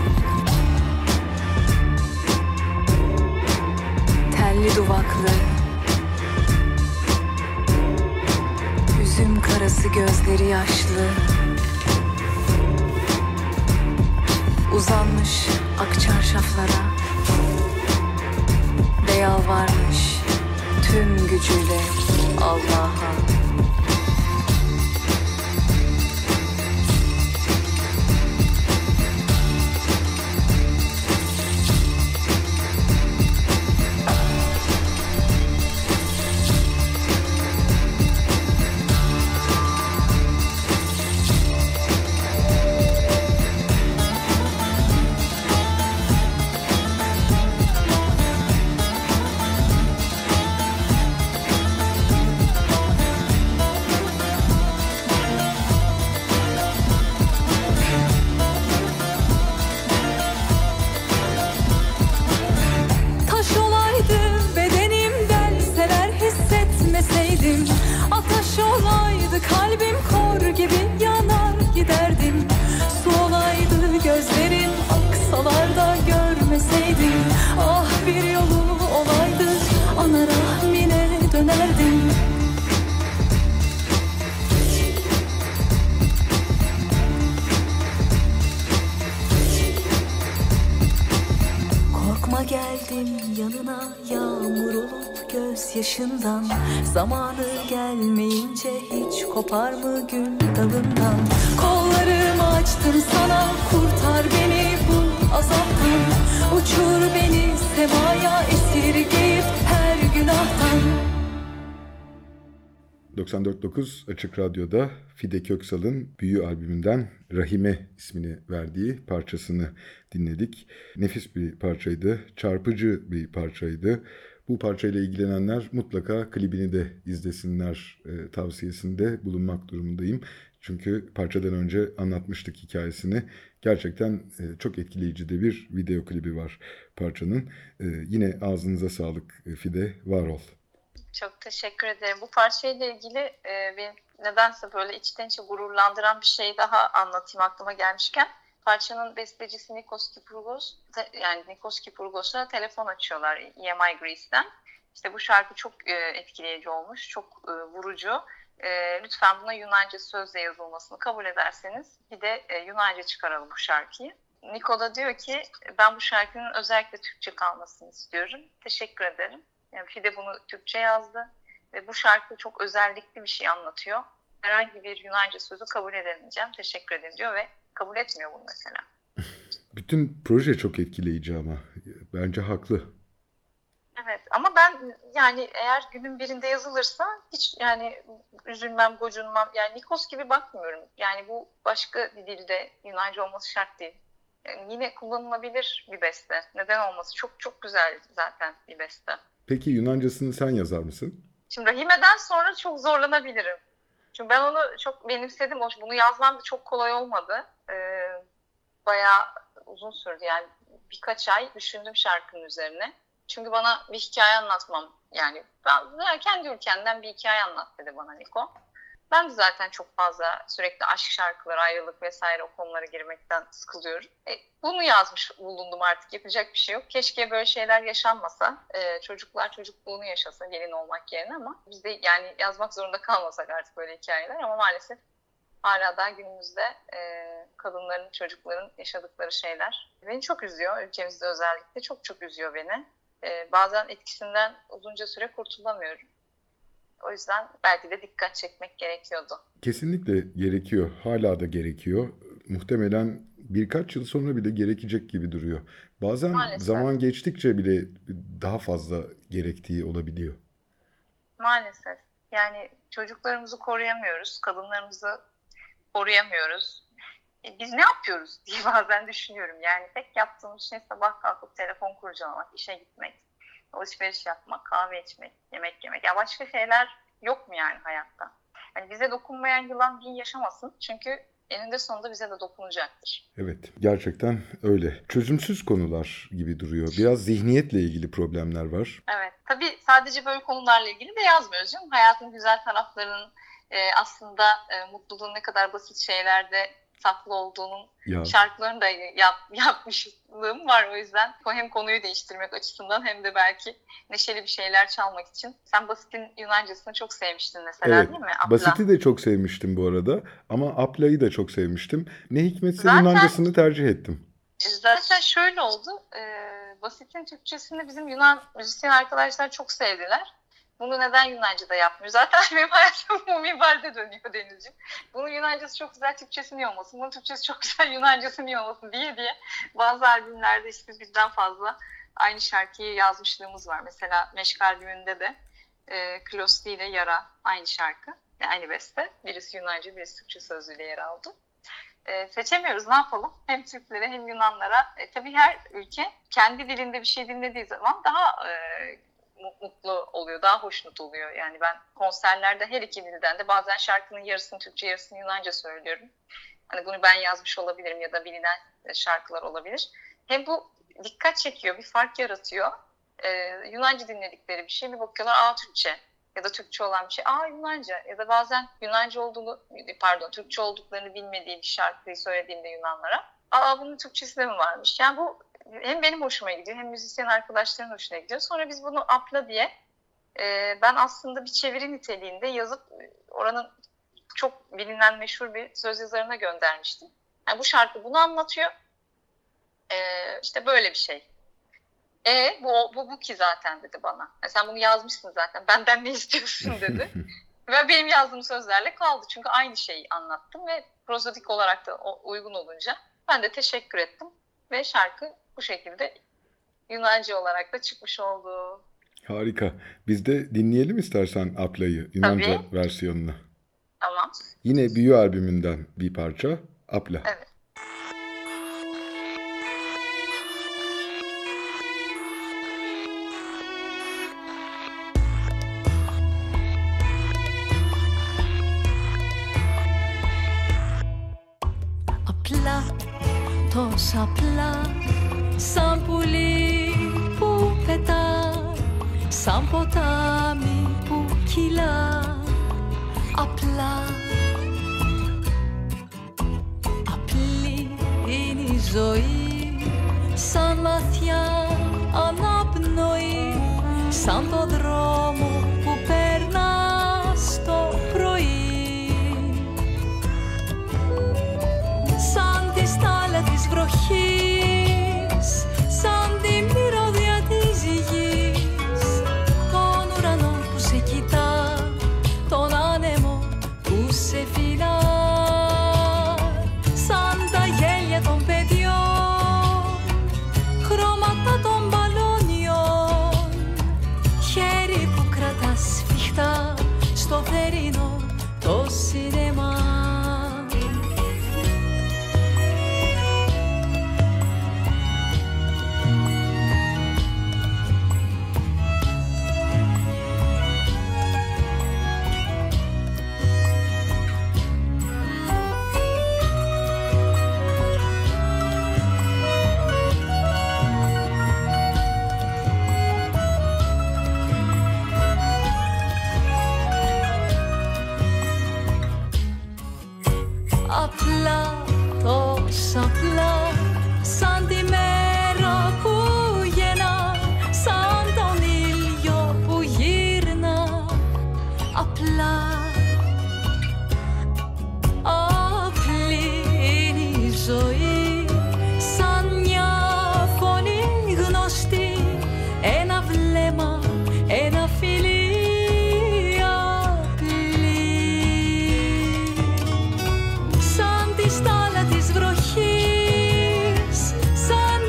Speaker 11: Telli duvaklı Bazı gözleri yaşlı, uzanmış ak çarşaflara ve yalvarmış tüm gücüyle Allah'a. Ateş olaydı kalbim kor gibi yanar giderdim. Su olaydı gözlerim aksalar da görmeseydim. Ah bir yolu olaydı ana rahmine dönerdim. Korkma geldim yanına yağmur olup gözyaşından. Zamanı gelmeyince hiç kopar mı gül dalından? Kollarımı açtım sana, kurtar beni bu azaptan. Uçur beni semaya esirgeyip her günahtan.
Speaker 3: 94.9 Açık Radyo'da Fide Köksal'ın Büyü albümünden Rahime ismini verdiği parçasını dinledik. Nefis bir parçaydı, çarpıcı bir parçaydı. Bu parçayla ilgilenenler mutlaka klibini de izlesinler tavsiyesinde bulunmak durumundayım. Çünkü parçadan önce anlatmıştık hikayesini. Gerçekten çok etkileyici de bir video klibi var parçanın. Yine ağzınıza sağlık Fide, var ol.
Speaker 9: Çok teşekkür ederim. Bu parçayla ilgili beni nedense böyle içten içe gururlandıran bir şey daha anlatayım aklıma gelmişken. Parçanın bestecisi Nikos Kipurgos, yani Nikos Kipurgos'a telefon açıyorlar EMI Greece'den. İşte bu şarkı çok etkileyici olmuş, çok vurucu. Lütfen buna Yunanca sözle yazılmasını kabul ederseniz bir de Yunanca çıkaralım bu şarkıyı. Niko da diyor ki ben bu şarkının özellikle Türkçe kalmasını istiyorum. Teşekkür ederim. Yani Fide bunu Türkçe yazdı ve bu şarkı çok özellikli bir şey anlatıyor. Herhangi bir Yunanca sözü kabul edemeyeceğim, teşekkür ederim diyor ve kabul etmiyor bunu mesela.
Speaker 3: Bütün proje çok etkileyici ama bence haklı.
Speaker 9: Evet ama ben yani eğer günün birinde yazılırsa hiç yani üzülmem, gocunmam. Yani Nikos gibi bakmıyorum. Yani bu başka bir dilde Yunanca olması şart değil. Yani yine kullanılabilir bir beste. Neden olması? Çok çok güzel zaten bir beste.
Speaker 3: Peki Yunancasını sen yazar mısın?
Speaker 9: Şimdi Rahime'den sonra çok zorlanabilirim. Çünkü ben onu çok benimsedim. Bunu yazmam da çok kolay olmadı. Bayağı uzun sürdü. Yani birkaç ay düşündüm şarkının üzerine. Çünkü bana bir hikaye anlatmam. Yani ben kendi ülkenden bir hikaye anlat dedi bana Niko. Ben de zaten çok fazla sürekli aşk şarkıları, ayrılık vesaire o konulara girmekten sıkılıyorum. Bunu yazmış bulundum artık. Yapacak bir şey yok. Keşke böyle şeyler yaşanmasa. Çocuklar çocukluğunu yaşasa gelin olmak yerine ama biz de yani yazmak zorunda kalmasak artık böyle hikayeler. Ama maalesef hala daha günümüzde kadınların, çocukların yaşadıkları şeyler beni çok üzüyor. Ülkemizde özellikle çok çok üzüyor beni. Bazen etkisinden uzunca süre kurtulamıyorum. O yüzden belki de dikkat çekmek gerekiyordu.
Speaker 3: Kesinlikle gerekiyor. Hala da gerekiyor. Muhtemelen birkaç yıl sonra bile gerekecek gibi duruyor. Bazen maalesef zaman geçtikçe bile daha fazla gerektiği olabiliyor.
Speaker 9: Maalesef. Yani çocuklarımızı koruyamıyoruz, kadınlarımızı koruyamıyoruz. Biz ne yapıyoruz diye bazen düşünüyorum. Yani tek yaptığımız şey sabah kalkıp telefon kurcalamak, işe gitmek, alışveriş yapmak, kahve içmek, yemek yemek. Ya başka şeyler yok mu yani hayatta? Yani bize dokunmayan yılan bin yaşamasın. Çünkü eninde sonunda bize de dokunacaktır.
Speaker 3: Evet, gerçekten öyle. Çözümsüz konular gibi duruyor. Biraz zihniyetle ilgili problemler var.
Speaker 9: Evet, tabii sadece böyle konularla ilgili de yazmıyoruz değil mi? Hayatın güzel taraflarının aslında mutluluğun ne kadar basit şeylerde tatlı olduğunun şarkılarını da yapmışlığım var. O yüzden hem konuyu değiştirmek açısından hem de belki neşeli bir şeyler çalmak için. Sen Basit'in Yunancasını çok sevmiştin mesela,
Speaker 3: evet,
Speaker 9: değil mi? Apla.
Speaker 3: Basit'i de çok sevmiştim bu arada ama Apla'yı da çok sevmiştim. Ne hikmetse Yunancasını tercih ettim.
Speaker 9: Zaten şöyle oldu. Basit'in Türkçesini bizim Yunan müzisyen arkadaşlar çok sevdiler. Bunu neden Yunanca'da yapmıyor? Zaten benim hayatım bu minvalde dönüyor Denizciğim. Bunun Yunancası çok güzel, Türkçesi niye olmasın? Bunun Türkçesi çok güzel, Yunancası niye olmasın diye bazı albümlerde işte birden fazla aynı şarkıyı yazmışlığımız var. Mesela Meşk albümünde de Klosti ile Yara aynı şarkı. Yani aynı beste. Birisi Yunanca, birisi Türkçe sözlüğüyle yer aldı. Seçemiyoruz, ne yapalım? Hem Türklere hem Yunanlara. Tabii her ülke kendi dilinde bir şey dinlediği zaman daha mutlu oluyor, daha hoşnut oluyor. Yani ben konserlerde her iki dilden de bazen şarkının yarısını Türkçe, yarısını Yunanca söylüyorum. Hani bunu ben yazmış olabilirim ya da bilinen şarkılar olabilir. Hem bu dikkat çekiyor, bir fark yaratıyor. Yunanca dinledikleri bir şey, bir bakıyorlar Türkçe ya da Türkçe olan bir şey Yunanca, ya da bazen Türkçe olduklarını bilmediği bir şarkıyı söylediğimde Yunanlara bunun Türkçesi de mi varmış? Yani bu hem benim hoşuma gidiyor hem müzisyen arkadaşların hoşuna gidiyor. Sonra biz bunu Apla diye ben aslında bir çeviri niteliğinde yazıp oranın çok bilinen meşhur bir söz yazarına göndermiştim. Yani bu şarkı bunu anlatıyor. İşte böyle bir şey. Bu ki zaten dedi bana. Yani sen bunu yazmışsın zaten. Benden ne istiyorsun dedi. Ve benim yazdığım sözlerle kaldı. Çünkü aynı şeyi anlattım ve prozodik olarak da uygun olunca ben de teşekkür ettim. Ve şarkı bu şekilde Yunanca olarak da çıkmış oldu.
Speaker 3: Harika. Biz de dinleyelim istersen Apla'yı, Yunanca versiyonunu.
Speaker 9: Tamam.
Speaker 3: Yine Büyü albümünden bir parça, Apla.
Speaker 9: Evet.
Speaker 11: Απλά, τόσο απλά, σαν πουλί που πετά, σαν ποτάμι που κυλά. Απλά, απλή είναι η ζωή, σαν βαθιά αναπνοή, σαν το δρόμο που περνάς το πρωί. Σαν τη στάλα της βροχής, σαν τη μυρωδιά της γης, τον ουρανό που σε κοιτά, τον άνεμο που σε φυλά, σαν τα γέλια των παιδιών, χρώματα των μπαλόνιων, χέρι που κρατά σφιχτά στο θερινό το σινεμά. Απλά, τόσο απλά, σαν τη μέρα που γεννά, σαν τον ήλιο που γύρνα. Απλά, απλή είναι η ζωή, σαν μια φωνή γνωστή, ένα βλέμμα, ένα φιλί. Στάλα της βροχής, σαν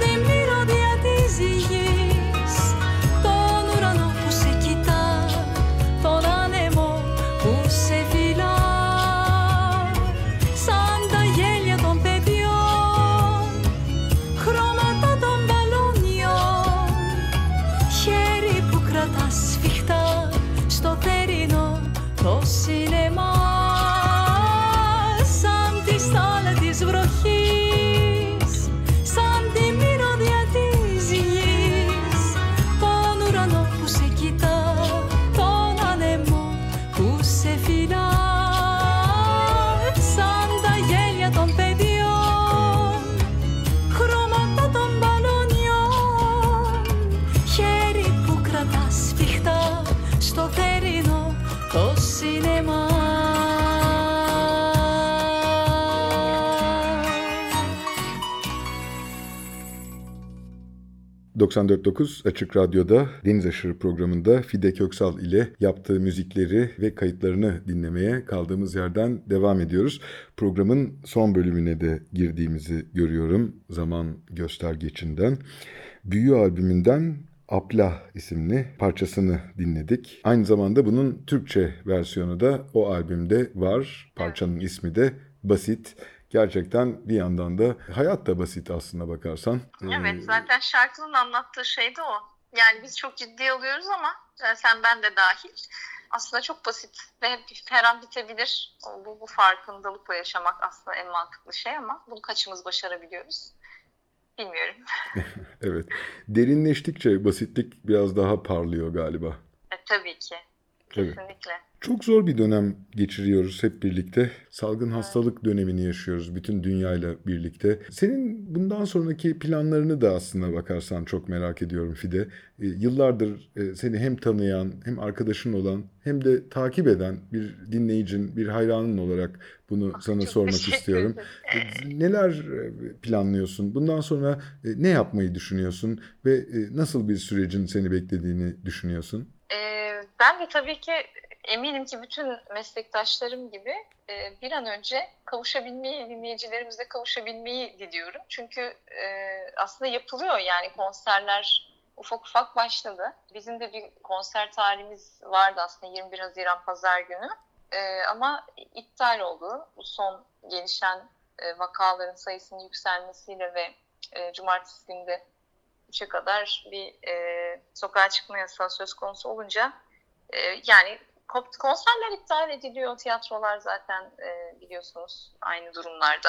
Speaker 3: 94.9 Açık Radyo'da Deniz Aşırı programında Fide Köksal ile yaptığı müzikleri ve kayıtlarını dinlemeye kaldığımız yerden devam ediyoruz. Programın son bölümüne de girdiğimizi görüyorum zaman göstergecinden. Büyü albümünden Apla isimli parçasını dinledik. Aynı zamanda bunun Türkçe versiyonu da o albümde var. Parçanın ismi de Basit. Gerçekten bir yandan da hayat da basit aslına bakarsan.
Speaker 9: Evet, zaten şarkının anlattığı şey de o. Yani biz çok ciddiye alıyoruz ama sen ben de dahil aslında çok basit ve her an bitebilir. Bu farkındalıkla yaşamak aslında en mantıklı şey ama bunu kaçımız başarabiliyoruz bilmiyorum.
Speaker 3: Evet, derinleştikçe basitlik biraz daha parlıyor galiba.
Speaker 9: Tabii ki, kesinlikle. Evet.
Speaker 3: Çok zor bir dönem geçiriyoruz hep birlikte. Salgın hastalık dönemini yaşıyoruz bütün dünyayla birlikte. Senin bundan sonraki planlarını da aslına bakarsan çok merak ediyorum Fide. Yıllardır seni hem tanıyan hem arkadaşın olan hem de takip eden bir dinleyicin, bir hayranın olarak bunu sana sormak istiyorum. Neler planlıyorsun? Bundan sonra ne yapmayı düşünüyorsun ve nasıl bir sürecin seni beklediğini düşünüyorsun?
Speaker 9: Ben de tabii ki eminim ki bütün meslektaşlarım gibi bir an önce kavuşabilmeyi, dinleyicilerimizle kavuşabilmeyi diliyorum. Çünkü aslında yapılıyor yani konserler ufak ufak başladı. Bizim de bir konser tarihimiz vardı aslında 21 Haziran Pazar günü. Ama iptal oldu. Bu son gelişen vakaların sayısının yükselmesiyle ve cumartesi günü de 3'e kadar bir sokağa çıkma yasağı söz konusu olunca yani konserler iptal ediliyor, tiyatrolar zaten biliyorsunuz aynı durumlarda.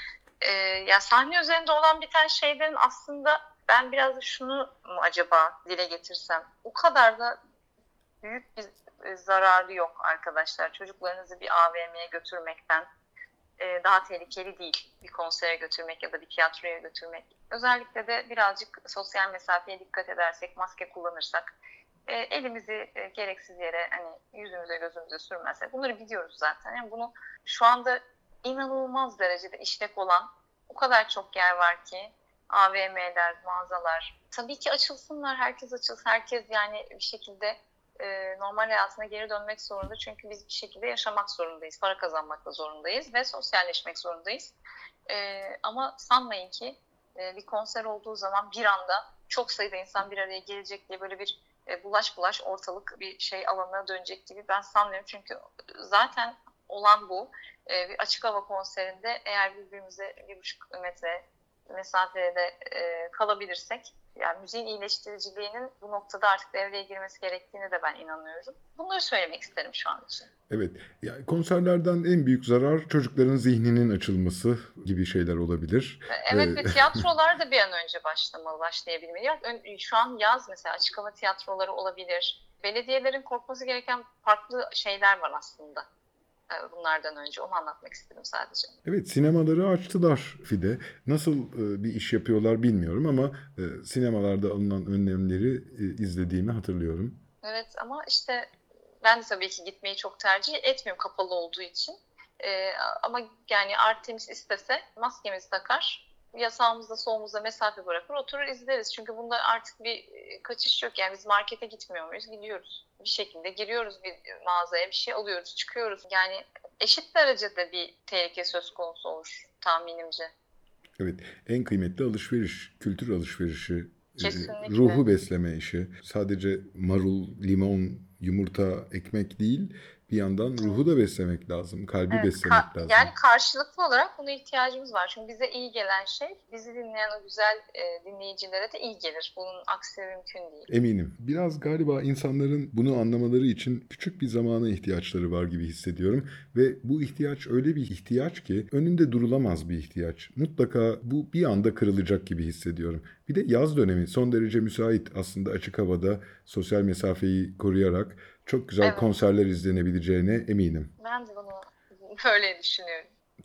Speaker 9: Ya sahne üzerinde olan biten şeylerin aslında ben biraz da şunu mu acaba dile getirsem, o kadar da büyük bir zararı yok arkadaşlar. Çocuklarınızı bir AVM'ye götürmekten daha tehlikeli değil bir konsere götürmek ya da bir tiyatroya götürmek. Özellikle de birazcık sosyal mesafeye dikkat edersek, maske kullanırsak, elimizi gereksiz yere hani yüzümüze gözümüze sürmezsek, bunları biliyoruz zaten. Yani bunu şu anda inanılmaz derecede işlek olan o kadar çok yer var ki, AVM'ler, mağazalar. Tabii ki açılsınlar, herkes açılsın, herkes yani bir şekilde normal hayatına geri dönmek zorunda. Çünkü biz bir şekilde yaşamak zorundayız, para kazanmakla zorundayız ve sosyalleşmek zorundayız. Ama sanmayın ki bir konser olduğu zaman bir anda çok sayıda insan bir araya gelecek diye böyle bir bulaş ortalık bir şey alanına dönecek gibi ben sanmıyorum. Çünkü zaten olan bu. Bir açık hava konserinde eğer birbirimize 1,5 metre mesafede kalabilirsek, yani müziğin iyileştiriciliğinin bu noktada artık devreye girmesi gerektiğine de ben inanıyorum. Bunları söylemek isterim şu an için.
Speaker 3: Evet, yani konserlerden en büyük zarar çocukların zihninin açılması gibi şeyler olabilir.
Speaker 9: Evet ve tiyatrolar da bir an önce başlayabilmeli. Şu an yaz mesela açık hava tiyatroları olabilir. Belediyelerin korkması gereken farklı şeyler var aslında. Bunlardan önce onu anlatmak istedim sadece.
Speaker 3: Evet, sinemaları açtılar Fide. Nasıl bir iş yapıyorlar bilmiyorum ama sinemalarda alınan önlemleri izlediğimi hatırlıyorum.
Speaker 9: Evet ama işte ben de tabii ki gitmeyi çok tercih etmiyorum kapalı olduğu için. Ama yani Artemis istese maskemizi takar, yasağımızda solumuzda mesafe bırakır, oturur izleriz. Çünkü bunda artık bir kaçış yok. Yani biz markete gitmiyor muyuz? Gidiyoruz. Bir şekilde giriyoruz bir mağazaya, bir şey alıyoruz, çıkıyoruz. Yani eşit derecede bir tehlike söz konusu olur tahminimce.
Speaker 3: Evet, en kıymetli alışveriş, kültür alışverişi,
Speaker 9: kesinlikle.
Speaker 3: Ruhu besleme işi. Sadece marul, limon, yumurta, ekmek değil, bir yandan ruhu da beslemek lazım, kalbi beslemek lazım.
Speaker 9: Yani karşılıklı olarak buna ihtiyacımız var. Çünkü bize iyi gelen şey, bizi dinleyen o güzel dinleyicilere de iyi gelir. Bunun aksi mümkün değil.
Speaker 3: Eminim. Biraz galiba insanların bunu anlamaları için küçük bir zamana ihtiyaçları var gibi hissediyorum. Ve bu ihtiyaç öyle bir ihtiyaç ki önünde durulamaz bir ihtiyaç. Mutlaka bu bir anda kırılacak gibi hissediyorum. Bir de yaz dönemi son derece müsait aslında açık havada sosyal mesafeyi koruyarak çok güzel konserler izlenebileceğine eminim.
Speaker 9: Ben de bunu böyle düşünüyorum.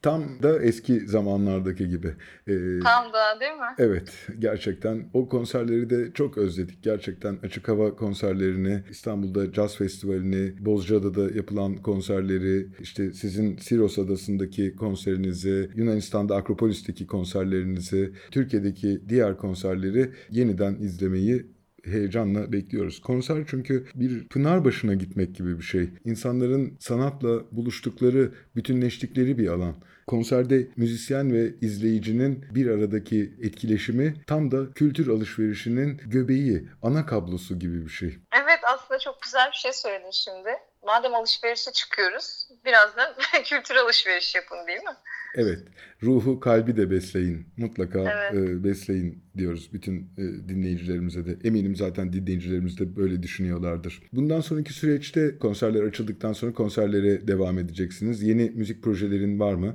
Speaker 3: Tam da eski zamanlardaki gibi.
Speaker 9: Tam da değil mi?
Speaker 3: Evet, gerçekten o konserleri de çok özledik. Gerçekten açık hava konserlerini, İstanbul'da Caz Festivali'ni, Bozcaada'da yapılan konserleri, işte sizin Siros Adası'ndaki konserinizi, Yunanistan'da Akropolis'teki konserlerinizi, Türkiye'deki diğer konserleri yeniden izlemeyi heyecanla bekliyoruz. Konser çünkü bir pınar başına gitmek gibi bir şey. İnsanların sanatla buluştukları, bütünleştikleri bir alan. Konserde müzisyen ve izleyicinin bir aradaki etkileşimi tam da kültür alışverişinin göbeği, ana kablosu gibi bir şey.
Speaker 9: Evet, aslında çok güzel bir şey söyledin şimdi. Madem alışverişe çıkıyoruz, biraz da kültür alışveriş yapın değil mi?
Speaker 3: Evet, ruhu, kalbi de besleyin. Mutlaka
Speaker 9: Evet.
Speaker 3: besleyin diyoruz bütün dinleyicilerimize de. Eminim zaten dinleyicilerimiz de böyle düşünüyorlardır. Bundan sonraki süreçte konserler açıldıktan sonra konserlere devam edeceksiniz. Yeni müzik projelerin var mı?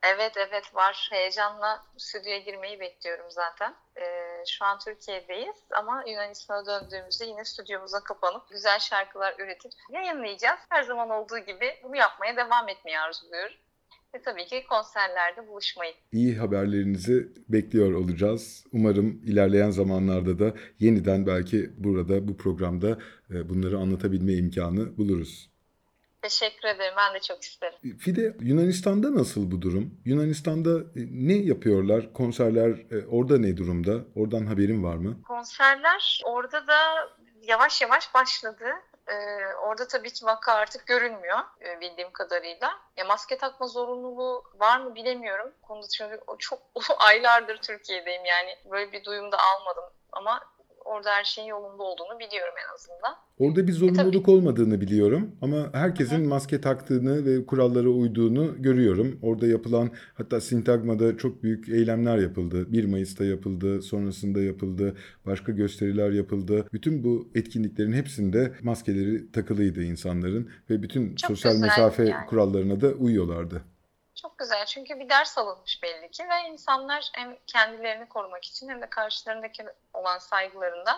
Speaker 9: Evet var. Heyecanla stüdyoya girmeyi bekliyorum zaten. Şu an Türkiye'deyiz ama Yunanistan'a döndüğümüzde yine stüdyomuza kapanıp güzel şarkılar üretip yayınlayacağız. Her zaman olduğu gibi bunu yapmaya devam etmeyi arzuluyorum. Ve tabii ki konserlerde buluşmayı.
Speaker 3: İyi haberlerinizi bekliyor olacağız. Umarım ilerleyen zamanlarda da yeniden belki burada bu programda bunları anlatabilme imkanı buluruz.
Speaker 9: Teşekkür ederim. Ben de çok isterim.
Speaker 3: Fide, Yunanistan'da nasıl bu durum? Yunanistan'da ne yapıyorlar? Konserler orada ne durumda? Oradan haberin var mı?
Speaker 9: Konserler orada da yavaş yavaş başladı. Orada tabii ki vaka artık görünmüyor bildiğim kadarıyla. Maske takma zorunluluğu var mı bilemiyorum. Konuda çünkü çok aylardır Türkiye'deyim, yani böyle bir duyum da almadım ama orada her şeyin yolunda olduğunu biliyorum en azından.
Speaker 3: Orada bir zorunluluk olmadığını biliyorum ama herkesin maske taktığını ve kurallara uyduğunu görüyorum. Orada yapılan, hatta Sintagma'da çok büyük eylemler yapıldı. 1 Mayıs'ta yapıldı, sonrasında yapıldı, başka gösteriler yapıldı. Bütün bu etkinliklerin hepsinde maskeleri takılıydı insanların ve bütün
Speaker 9: çok
Speaker 3: sosyal mesafe kurallarına da uyuyorlardı.
Speaker 9: Çok güzel, çünkü bir ders alınmış belli ki ve insanlar hem kendilerini korumak için hem de karşılarındaki olan saygılarından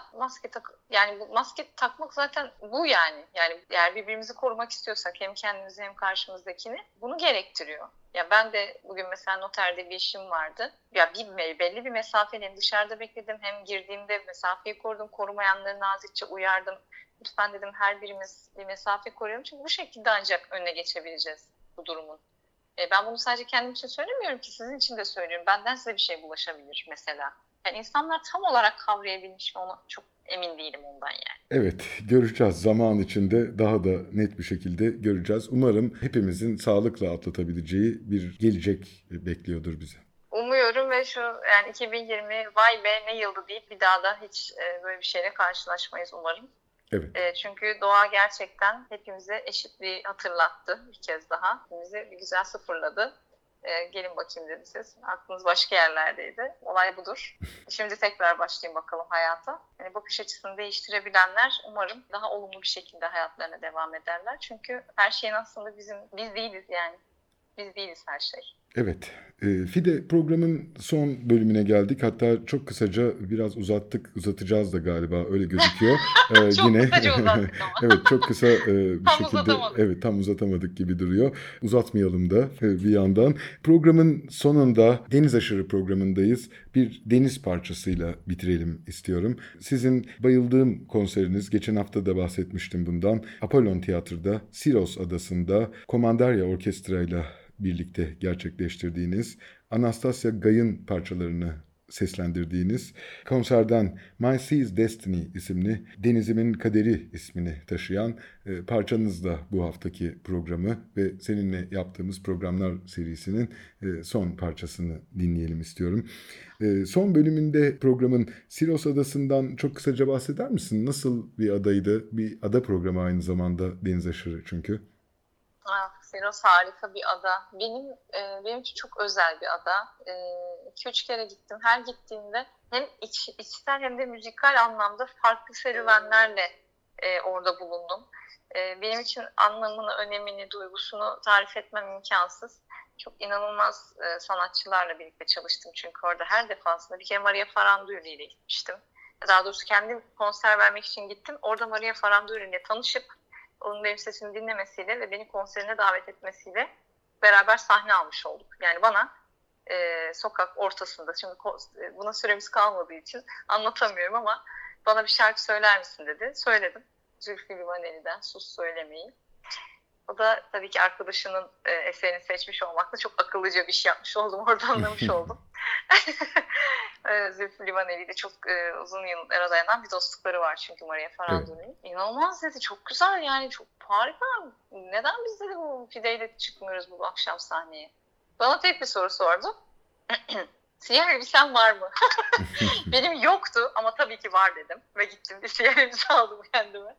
Speaker 9: maske takmak zaten bu yani. Yani eğer birbirimizi korumak istiyorsak hem kendimizi hem karşımızdakini, bunu gerektiriyor. Ya ben de bugün mesela noterde bir işim vardı. Ya belli bir mesafeyle dışarıda bekledim, hem girdiğimde mesafeyi korudum, korumayanları nazikçe uyardım. Lütfen dedim, her birimiz bir mesafe koruyalım, çünkü bu şekilde ancak önüne geçebileceğiz bu durumun. Ben bunu sadece kendim için söylemiyorum ki, sizin için de söylüyorum. Benden size bir şey bulaşabilir mesela. Yani insanlar tam olarak kavrayabilmiş mi, ona çok emin değilim ondan yani.
Speaker 3: Evet, göreceğiz. Zaman içinde daha da net bir şekilde göreceğiz. Umarım hepimizin sağlıkla atlatabileceği bir gelecek bekliyordur bizi.
Speaker 9: Umuyorum ve yani 2020 vay be ne yıldı deyip bir daha da hiç böyle bir şeyle karşılaşmayız umarım.
Speaker 3: Evet.
Speaker 9: Çünkü doğa gerçekten hepimize eşitliği hatırlattı bir kez daha. Hepimizi bir güzel sıfırladı. Gelin bakayım dedi siz. Aklınız başka yerlerdeydi. Olay budur. Şimdi tekrar başlayayım bakalım hayata. Yani bakış açısını değiştirebilenler umarım daha olumlu bir şekilde hayatlarına devam ederler. Çünkü her şeyin aslında biz değiliz yani. Biz değiliz her şey.
Speaker 3: Evet. Fide, programın son bölümüne geldik. Hatta çok kısaca biraz uzatacağız da galiba, öyle gözüküyor.
Speaker 9: Çok kısaca uzattık ama.
Speaker 3: Evet, çok kısa bir
Speaker 9: tam
Speaker 3: şekilde.
Speaker 9: Uzatamadık.
Speaker 3: Evet, tam uzatamadık gibi duruyor. Uzatmayalım da bir yandan. Programın sonunda Deniz Aşırı programındayız. Bir deniz parçasıyla bitirelim istiyorum. Sizin bayıldığım konseriniz, geçen hafta da bahsetmiştim bundan. Apollon Tiyatro'da, Siros Adası'nda Komandarya Orkestra ile birlikte gerçekleştirdiğiniz, Anastasia Gay'ın parçalarını seslendirdiğiniz konserden My Sea's Destiny isimli, Denizimin Kaderi ismini taşıyan parçanızla bu haftaki programı ve seninle yaptığımız programlar serisinin son parçasını dinleyelim istiyorum. Son bölümünde programın Siros Adası'ndan çok kısaca bahseder misin? Nasıl bir adaydı? Bir ada programı aynı zamanda, Deniz Aşırı çünkü.
Speaker 9: Siros harika bir ada. Benim için çok özel bir ada. 2-3 kere gittim. Her gittiğimde hem içsel hem de müzikal anlamda farklı serüvenlerle orada bulundum. Benim için anlamını, önemini, duygusunu tarif etmem imkansız. Çok inanılmaz sanatçılarla birlikte çalıştım çünkü orada her defasında. Bir kere Maria Faranduri ile gitmiştim. Daha doğrusu kendim konser vermek için gittim. Orada Maria Faranduri ile tanışıp onun benim sesimi dinlemesiyle ve beni konserine davet etmesiyle beraber sahne almış olduk. Yani bana sokak ortasında, şimdi buna süremiz kalmadığı için anlatamıyorum ama bana bir şarkı söyler misin dedi. Söyledim. Zülfü Livaneli'den Sus Söylemeyi. O da tabii ki arkadaşının eserini seçmiş olmakla çok akıllıca bir iş yapmış oldum. Orada anlamış oldum. Zülfü Livaneli ile çok uzun yıllara dayanan bir dostlukları var çünkü Maria Ferrandoni'nin. Evet. İnanılmaz dedi. Çok güzel yani. Çok harika. Neden biz dedi bu Fide'yle çıkmıyoruz bu akşam sahneye? Bana tek bir soru sordu. Siyah elbisen var mı? Benim yoktu ama tabii ki var dedim. Ve gittim bir siyah elbise aldım kendime.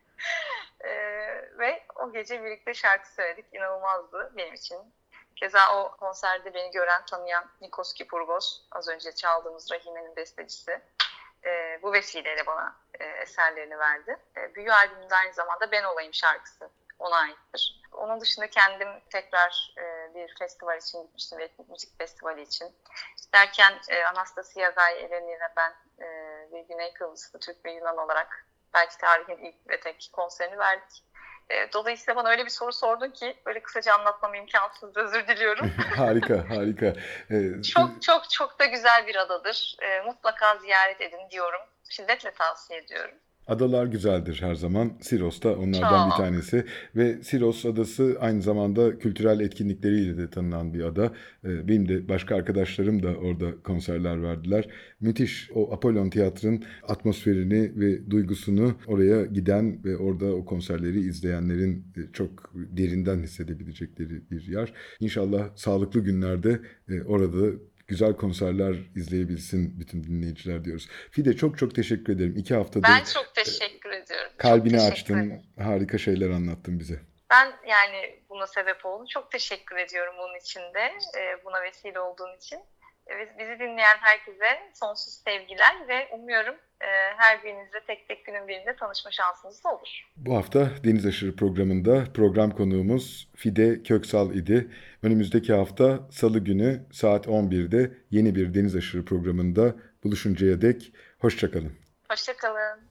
Speaker 9: Ve o gece birlikte şarkı söyledik. İnanılmazdı benim için. Keza o konserde beni gören, tanıyan Nikos Kipurgos, az önce çaldığımız Rahime'nin bestecisi, bu vesileyle bana eserlerini verdi. Büyü albümünde aynı zamanda Ben Olayım şarkısı ona aittir. Onun dışında kendim tekrar bir festival için gitmiştim, etnik müzik festivali için. Derken Anastasia Gay Eleni ve ben bir Güney Kıbrıs'ta Türk ve Yunan olarak belki tarihin ilk ve tek konserini verdik. Dolayısıyla bana öyle bir soru sordun ki böyle kısaca anlatmam imkansız, özür diliyorum.
Speaker 3: Harika.
Speaker 9: Çok da güzel bir adadır. Mutlaka ziyaret edin diyorum. Şiddetle tavsiye ediyorum.
Speaker 3: Adalar güzeldir her zaman. Siros da onlardan bir tanesi. Ve Siros adası aynı zamanda kültürel etkinlikleriyle de tanınan bir ada. Benim de başka arkadaşlarım da orada konserler verdiler. Müthiş o Apollon Tiyatro'nun atmosferini ve duygusunu oraya giden ve orada o konserleri izleyenlerin çok derinden hissedebilecekleri bir yer. İnşallah sağlıklı günlerde orada güzel konserler izleyebilsin bütün dinleyiciler diyoruz. Fide çok teşekkür ederim. 2 haftadır.
Speaker 9: Ben çok teşekkür ediyorum.
Speaker 3: Kalbini açtın. Harika şeyler anlattın bize.
Speaker 9: Ben yani buna sebep oldum. Çok teşekkür ediyorum bunun için de. Buna vesile olduğun için. Bizi dinleyen herkese sonsuz sevgiler ve umuyorum her birinizle tek tek günün birinde tanışma şansınız da olur.
Speaker 3: Bu hafta Deniz Aşırı programında program konuğumuz Fide Köksal idi. Önümüzdeki hafta Salı günü saat 11'de yeni bir Deniz Aşırı programında buluşuncaya dek hoşçakalın.
Speaker 9: Hoşçakalın.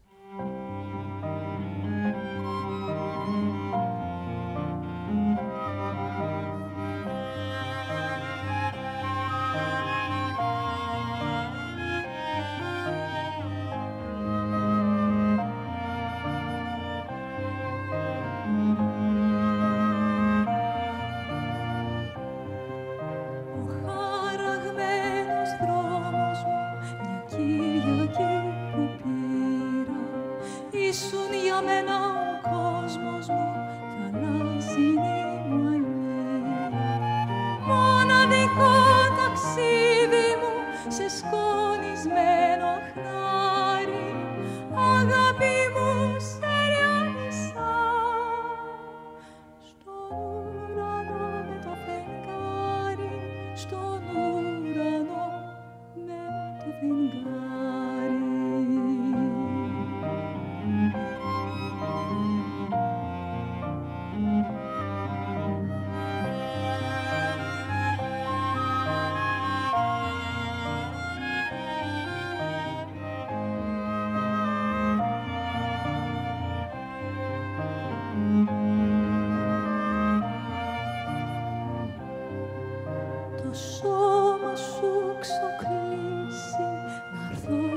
Speaker 11: Το σώμα σου ξοκλήσει, να έρθω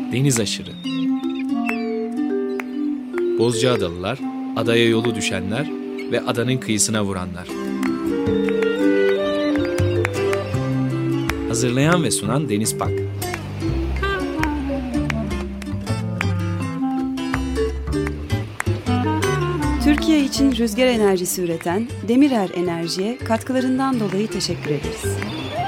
Speaker 1: Deniz aşırı. Bozcaadalılar, adaya yolu düşenler ve adanın kıyısına vuranlar. Hazırlayan ve sunan Deniz Pak.
Speaker 2: Türkiye için rüzgar enerjisi üreten Demirer Enerji'ye katkılarından dolayı teşekkür ederiz.